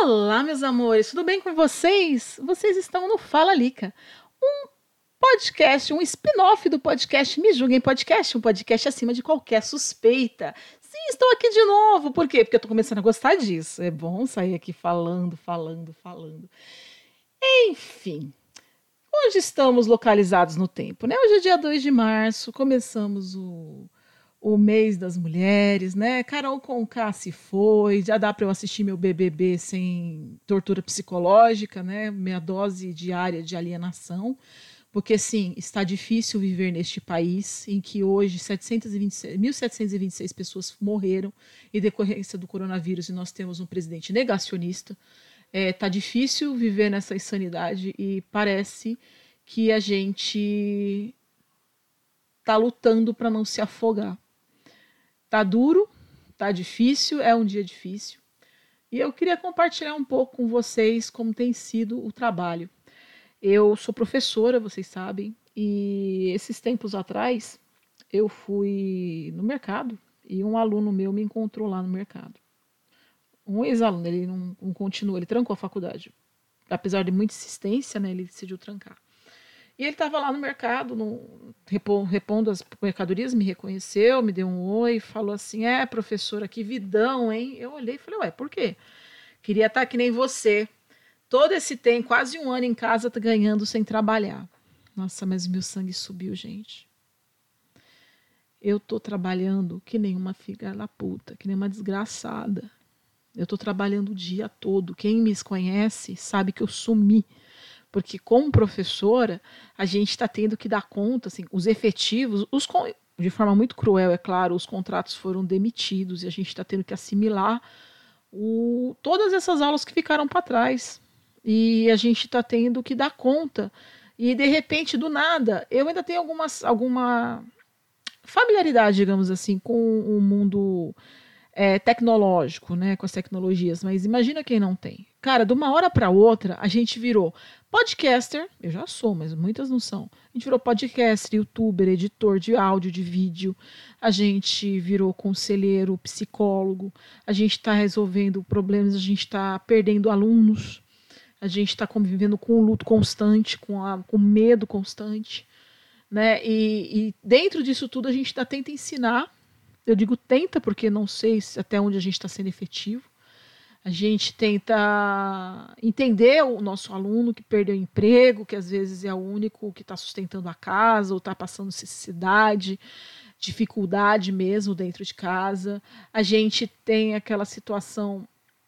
Olá, meus amores, tudo bem com vocês? Vocês estão no Fala Lica, um podcast, um spin-off do podcast Me Julguem Podcast, um podcast acima de qualquer suspeita. Sim, estou aqui de novo. Por quê? Porque eu estou começando a gostar disso. É bom sair aqui falando. Enfim, hoje estamos localizados no tempo, né? Hoje é dia 2 de março, começamos o mês das mulheres, né? Carol Conká se foi, já dá para eu assistir meu BBB sem tortura psicológica, né? Minha dose diária de alienação, porque sim, está difícil viver neste país em que hoje 1.726 pessoas morreram em decorrência do coronavírus e nós temos um presidente negacionista. Tá difícil viver nessa insanidade e parece que a gente tá lutando para não se afogar. Tá duro, tá difícil, é um dia difícil. E eu queria compartilhar um pouco com vocês como tem sido o trabalho. Eu sou professora, vocês sabem, e esses tempos atrás eu fui no mercado e um aluno meu me encontrou lá no mercado. Um ex-aluno, ele não continuou, ele trancou a faculdade. Apesar de muita insistência, né, ele decidiu trancar. E ele estava lá no mercado, repondo as mercadorias, me reconheceu, me deu um oi, falou assim, professora, que vidão, hein? Eu olhei e falei, ué, por quê? Queria estar que nem você. Todo esse tempo, quase um ano em casa, tá ganhando sem trabalhar. Nossa, mas meu sangue subiu, gente. Eu tô trabalhando que nem uma filha da puta, que nem uma desgraçada. Eu tô trabalhando o dia todo. Quem me conhece sabe que eu sumi. Porque como professora, a gente está tendo que dar conta, assim, os efetivos, de forma muito cruel, é claro, os contratos foram demitidos e a gente está tendo que assimilar todas essas aulas que ficaram para trás. E a gente está tendo que dar conta. E, de repente, do nada, eu ainda tenho alguma familiaridade, digamos assim, com o mundo tecnológico, né, com as tecnologias, mas imagina quem não tem. Cara, de uma hora para outra, a gente virou podcaster, eu já sou, mas muitas não são. A gente virou podcaster, youtuber, editor de áudio, de vídeo, a gente virou conselheiro, psicólogo, a gente está resolvendo problemas, a gente está perdendo alunos, a gente está convivendo com um luto constante, com medo constante, né? E dentro disso tudo a gente ainda tenta ensinar. Eu digo tenta porque não sei até onde a gente está sendo efetivo. A gente tenta entender o nosso aluno que perdeu o emprego, que às vezes é o único que está sustentando a casa ou está passando necessidade, dificuldade mesmo dentro de casa. A gente tem aquela situação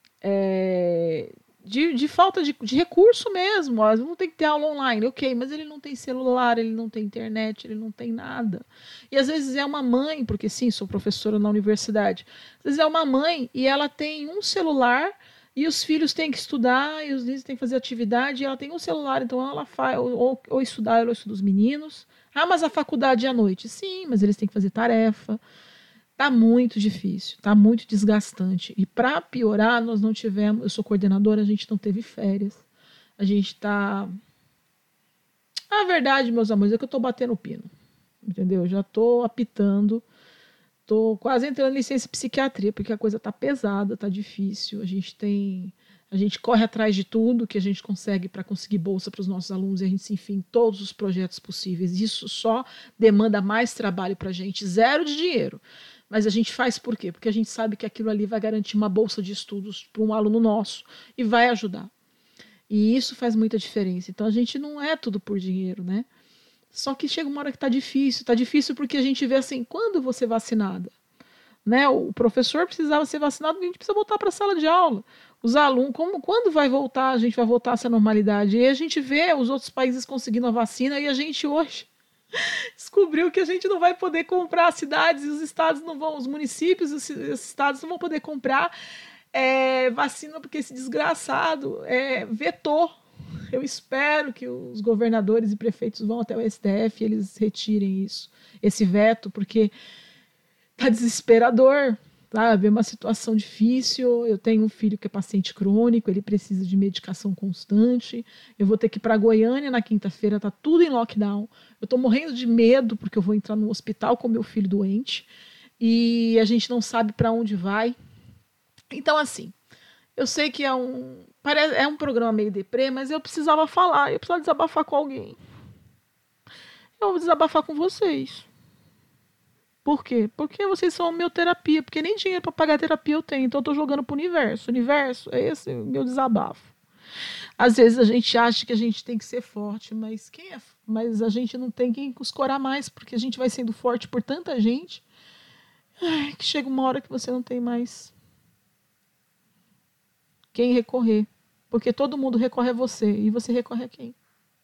de falta de recurso mesmo. Não tem que ter aula online, ok, mas ele não tem celular, ele não tem internet, ele não tem nada. E às vezes é uma mãe, porque sim, sou professora na universidade, às vezes é uma mãe e ela tem um celular e os filhos têm que estudar e os filhos têm que fazer atividade e ela tem um celular, então ela faz, ou estudar, ou estuda os meninos. Ah, mas a faculdade é à noite. Sim, mas eles têm que fazer tarefa. Tá muito difícil, tá muito desgastante. E para piorar, nós não tivemos. Eu sou coordenadora, a gente não teve férias. A gente tá. A verdade, meus amores, é que eu tô batendo o pino. Entendeu? Já tô apitando. Tô quase entrando em licença de psiquiatria, porque a coisa tá pesada, tá difícil. A gente corre atrás de tudo que a gente consegue para conseguir bolsa para os nossos alunos e a gente se enfia em todos os projetos possíveis. Isso só demanda mais trabalho para a gente, zero de dinheiro. Mas a gente faz por quê? Porque a gente sabe que aquilo ali vai garantir uma bolsa de estudos para um aluno nosso e vai ajudar. E isso faz muita diferença. Então a gente não é tudo por dinheiro, né? Só que chega uma hora que tá difícil porque a gente vê assim, quando eu vou ser vacinada? Né? O professor precisava ser vacinado, a gente precisa voltar para a sala de aula. Os alunos, quando vai voltar, a gente vai voltar a essa normalidade? E a gente vê os outros países conseguindo a vacina e a gente hoje descobriu que a gente não vai poder comprar, as cidades e os estados não vão, os municípios e os estados não vão poder comprar vacina porque esse desgraçado vetou. Eu espero que os governadores e prefeitos vão até o STF e eles retirem isso, esse veto, porque tá desesperador, sabe? É uma situação difícil. Eu tenho um filho que é paciente crônico, ele precisa de medicação constante. Eu vou ter que ir para Goiânia na quinta-feira, tá tudo em lockdown. Eu tô morrendo de medo porque eu vou entrar no hospital com meu filho doente e a gente não sabe para onde vai. Então, assim, Eu sei que é um programa meio deprê, mas eu precisava falar, eu precisava desabafar com alguém. Eu vou desabafar com vocês. Por quê? Porque vocês são a minha terapia, porque nem dinheiro para pagar terapia eu tenho, então eu tô jogando pro universo. O universo é esse o meu desabafo. Às vezes a gente acha que a gente tem que ser forte, mas a gente não tem quem escorar mais, porque a gente vai sendo forte por tanta gente, que chega uma hora que você não tem mais quem recorrer. Porque todo mundo recorre a você. E você recorre a quem?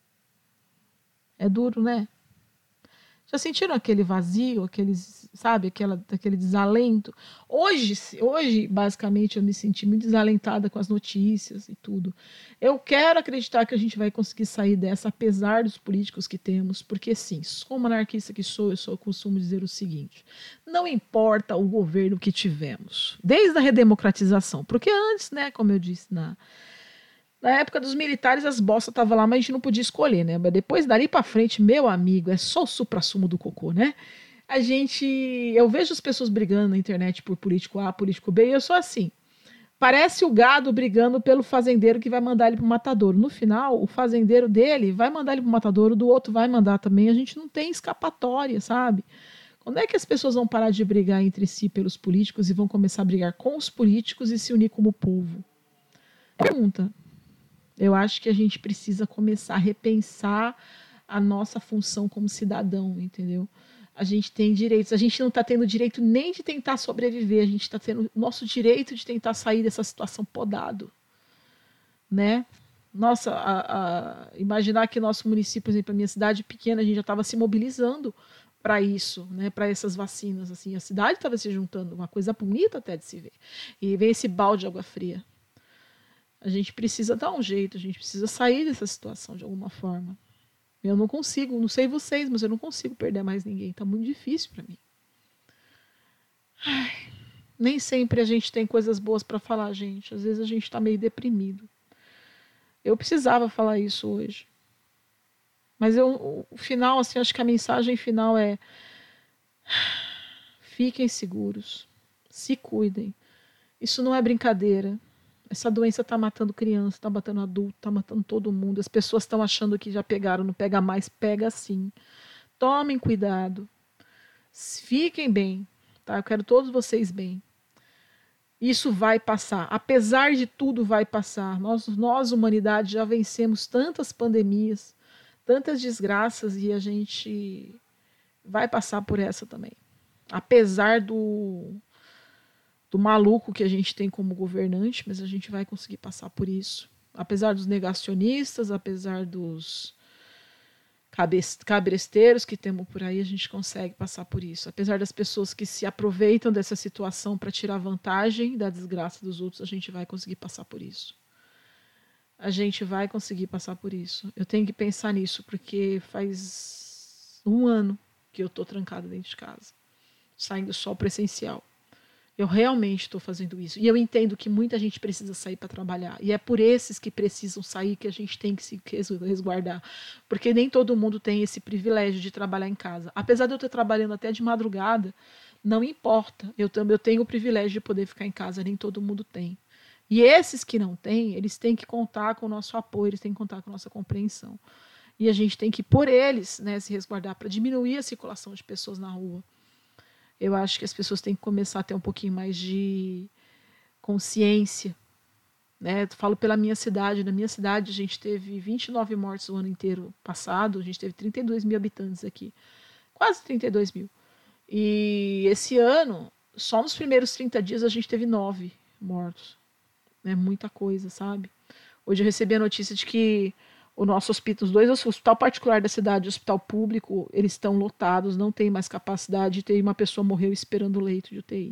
É duro, né? Já sentiram aquele vazio, aquele desalento? Hoje, basicamente, eu me senti muito desalentada com as notícias e tudo. Eu quero acreditar que a gente vai conseguir sair dessa, apesar dos políticos que temos, porque sim, como anarquista que sou, eu costumo dizer o seguinte: não importa o governo que tivemos, desde a redemocratização, porque antes, né, como eu disse na época dos militares, as bostas estavam lá, mas a gente não podia escolher, né? Mas depois, dali pra frente, meu amigo, é só o suprassumo do cocô, né? Eu vejo as pessoas brigando na internet por político A, político B, e eu sou assim. Parece o gado brigando pelo fazendeiro que vai mandar ele pro matadouro. No final, o fazendeiro dele vai mandar ele pro matadouro, do outro vai mandar também. A gente não tem escapatória, sabe? Quando é que as pessoas vão parar de brigar entre si pelos políticos e vão começar a brigar com os políticos e se unir como povo? Pergunta. Eu acho que a gente precisa começar a repensar a nossa função como cidadão, entendeu? A gente tem direitos, a gente não está tendo direito nem de tentar sobreviver, a gente está tendo o nosso direito de tentar sair dessa situação podado, né? Nossa, imaginar que nosso município, por exemplo, a minha cidade pequena, a gente já estava se mobilizando para isso, né? Para essas vacinas, assim, a cidade estava se juntando, uma coisa bonita até de se ver. E vem esse balde de água fria. A gente precisa dar um jeito, a gente precisa sair dessa situação de alguma forma. Eu não consigo, não sei vocês, mas eu não consigo perder mais ninguém. Tá muito difícil para mim. Ai, nem sempre a gente tem coisas boas para falar, gente. Às vezes a gente tá meio deprimido. Eu precisava falar isso hoje. Mas o final, assim, acho que a mensagem final é: fiquem seguros, se cuidem. Isso não é brincadeira. Essa doença está matando criança, está matando adulto, está matando todo mundo. As pessoas estão achando que já pegaram, não pega mais, pega sim. Tomem cuidado. Fiquem bem, tá? Eu quero todos vocês bem. Isso vai passar. Apesar de tudo, vai passar. Nós, humanidade, já vencemos tantas pandemias, tantas desgraças e a gente vai passar por essa também. Apesar do maluco que a gente tem como governante, mas a gente vai conseguir passar por isso. Apesar dos negacionistas, apesar dos cabresteiros que temos por aí, a gente consegue passar por isso. Apesar das pessoas que se aproveitam dessa situação para tirar vantagem da desgraça dos outros, a gente vai conseguir passar por isso. A gente vai conseguir passar por isso. Eu tenho que pensar nisso, porque faz 1 ano que eu estou trancada dentro de casa, saindo só para o essencial. Eu realmente estou fazendo isso. E eu entendo que muita gente precisa sair para trabalhar. E é por esses que precisam sair que a gente tem que se resguardar. Porque nem todo mundo tem esse privilégio de trabalhar em casa. Apesar de eu estar trabalhando até de madrugada, não importa. Eu tenho o privilégio de poder ficar em casa. Nem todo mundo tem. E esses que não têm, eles têm que contar com o nosso apoio, eles têm que contar com a nossa compreensão. E a gente tem que, por eles, né, se resguardar para diminuir a circulação de pessoas na rua. Eu acho que as pessoas têm que começar a ter um pouquinho mais de consciência. Né? Falo pela minha cidade. Na minha cidade, a gente teve 29 mortes o ano inteiro passado. A gente teve 32 mil habitantes aqui. Quase 32 mil. E esse ano, só nos primeiros 30 dias, a gente teve 9 mortos. É muita coisa, sabe? Hoje eu recebi a notícia de que o nosso hospital, os dois, o hospital particular da cidade e o hospital público, eles estão lotados, não tem mais capacidade, e uma pessoa morreu esperando o leito de UTI.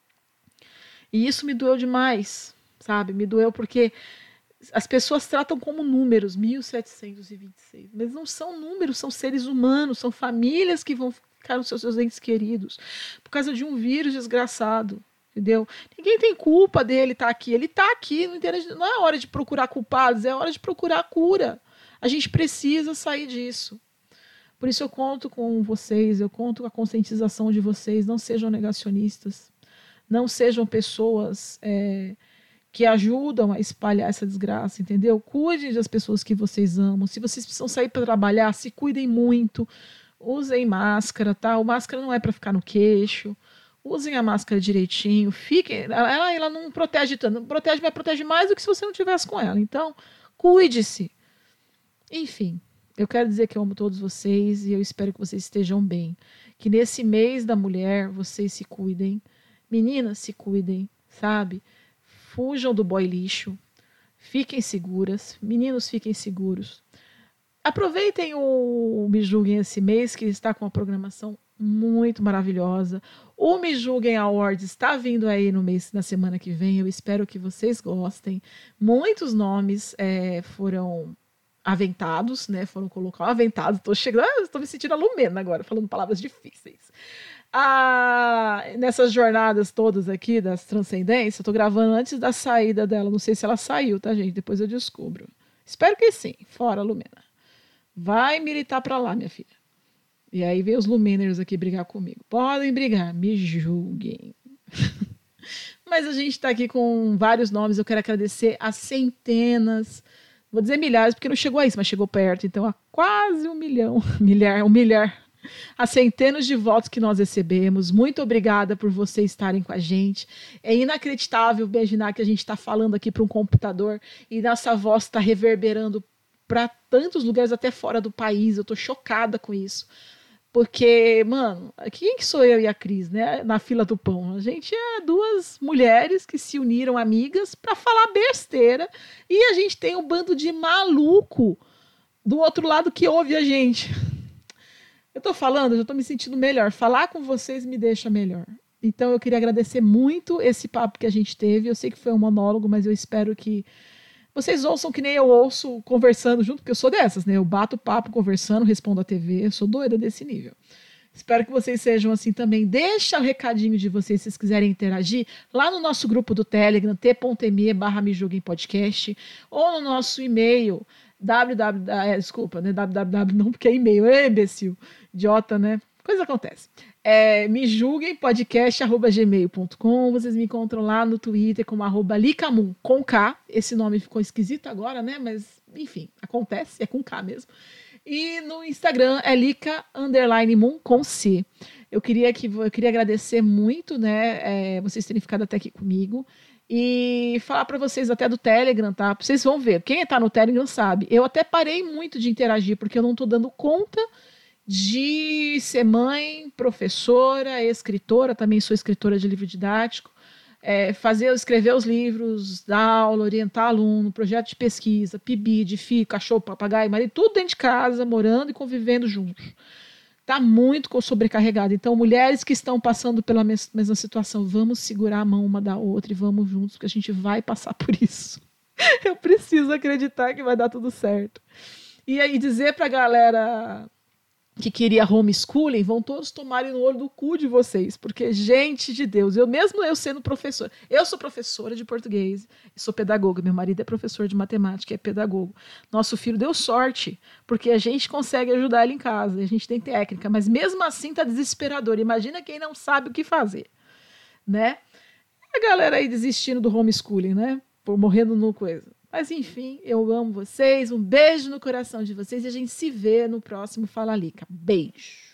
E isso me doeu demais, sabe? Me doeu porque as pessoas tratam como números, 1.726, mas não são números, são seres humanos, são famílias que vão ficar com seus entes queridos por causa de um vírus desgraçado. Entendeu? Ninguém tem culpa dele estar aqui. Ele está aqui, não é hora de procurar culpados, é hora de procurar cura. A gente precisa sair disso. Por isso eu conto com vocês, eu conto com a conscientização de vocês. Não sejam negacionistas. Não sejam pessoas que ajudam a espalhar essa desgraça, entendeu? Cuidem das pessoas que vocês amam. Se vocês precisam sair para trabalhar, se cuidem muito. Usem máscara, tá? O máscara não é para ficar no queixo. Usem a máscara direitinho. Fiquem, ela não protege tanto. Não protege, mas protege mais do que se você não tivesse com ela. Então, cuide-se. Enfim, eu quero dizer que eu amo todos vocês e eu espero que vocês estejam bem. Que nesse mês da mulher, vocês se cuidem. Meninas, se cuidem, sabe? Fujam do boy lixo. Fiquem seguras. Meninos, fiquem seguros. Aproveitem o Me Julguem esse mês, que está com uma programação muito maravilhosa. O Me Julguem Awards está vindo aí na semana que vem. Eu espero que vocês gostem. Muitos nomes foram aventados, né? Foram colocados aventados. Estou me sentindo a Lumena agora, falando palavras difíceis. Nessas jornadas todas aqui das transcendências, eu tô gravando antes da saída dela. Não sei se ela saiu, tá, gente? Depois eu descubro. Espero que sim. Fora, Lumena. Vai militar pra lá, minha filha. E aí vem os Lumeners aqui brigar comigo. Podem brigar, me julguem. Mas a gente tá aqui com vários nomes. Eu quero agradecer a centenas, vou dizer milhares, porque não chegou a isso, mas chegou perto. Então, a quase 1 milhão, milhar. As centenas de votos que nós recebemos. Muito obrigada por vocês estarem com a gente. É inacreditável imaginar que a gente está falando aqui para um computador e nossa voz está reverberando para tantos lugares até fora do país. Eu tô chocada com isso. Porque, mano, quem que sou eu e a Cris, né? Na fila do pão. A gente é duas mulheres que se uniram, amigas, para falar besteira. E a gente tem um bando de maluco do outro lado que ouve a gente. Eu tô falando, eu já tô me sentindo melhor. Falar com vocês me deixa melhor. Então eu queria agradecer muito esse papo que a gente teve. Eu sei que foi um monólogo, mas eu espero que vocês ouçam que nem eu ouço conversando junto, porque eu sou dessas, né? Eu bato papo conversando, respondo a TV, eu sou doida desse nível. Espero que vocês sejam assim também. Deixa o recadinho de vocês, se vocês quiserem interagir, lá no nosso grupo do Telegram, t.me/mejulguempodcast, ou no nosso e-mail, www não, porque é e-mail, é imbecil, idiota, né? Coisa acontece. mejulguempodcast@gmail.com. Vocês me encontram lá no Twitter como @licamun, com K. Esse nome ficou esquisito agora, né? Mas, enfim, acontece, é com K mesmo. E no Instagram é lica_moon, com C. Eu queria agradecer muito, né, vocês terem ficado até aqui comigo. E falar para vocês até do Telegram, tá? Vocês vão ver. Quem está no Telegram sabe. Eu até parei muito de interagir, porque eu não estou dando conta de ser mãe, professora, escritora, também sou escritora de livro didático, escrever os livros, dar aula, orientar aluno, projeto de pesquisa, PIBID, filho, cachorro, papagaio, marido, tudo dentro de casa, morando e convivendo juntos. Está muito sobrecarregado. Então, mulheres que estão passando pela mesma situação, vamos segurar a mão uma da outra e vamos juntos, porque a gente vai passar por isso. Eu preciso acreditar que vai dar tudo certo. E aí dizer para a galera que queria homeschooling, vão todos tomarem no olho do cu de vocês, porque, gente de Deus, mesmo eu sendo professora, eu sou professora de português, sou pedagoga, meu marido é professor de matemática, é pedagogo. Nosso filho deu sorte, porque a gente consegue ajudar ele em casa, a gente tem técnica, mas mesmo assim tá desesperador. Imagina quem não sabe o que fazer, né? A galera aí desistindo do homeschooling, né? Por morrendo no coisa. Mas enfim, eu amo vocês, um beijo no coração de vocês e a gente se vê no próximo Fala Lica. Beijo!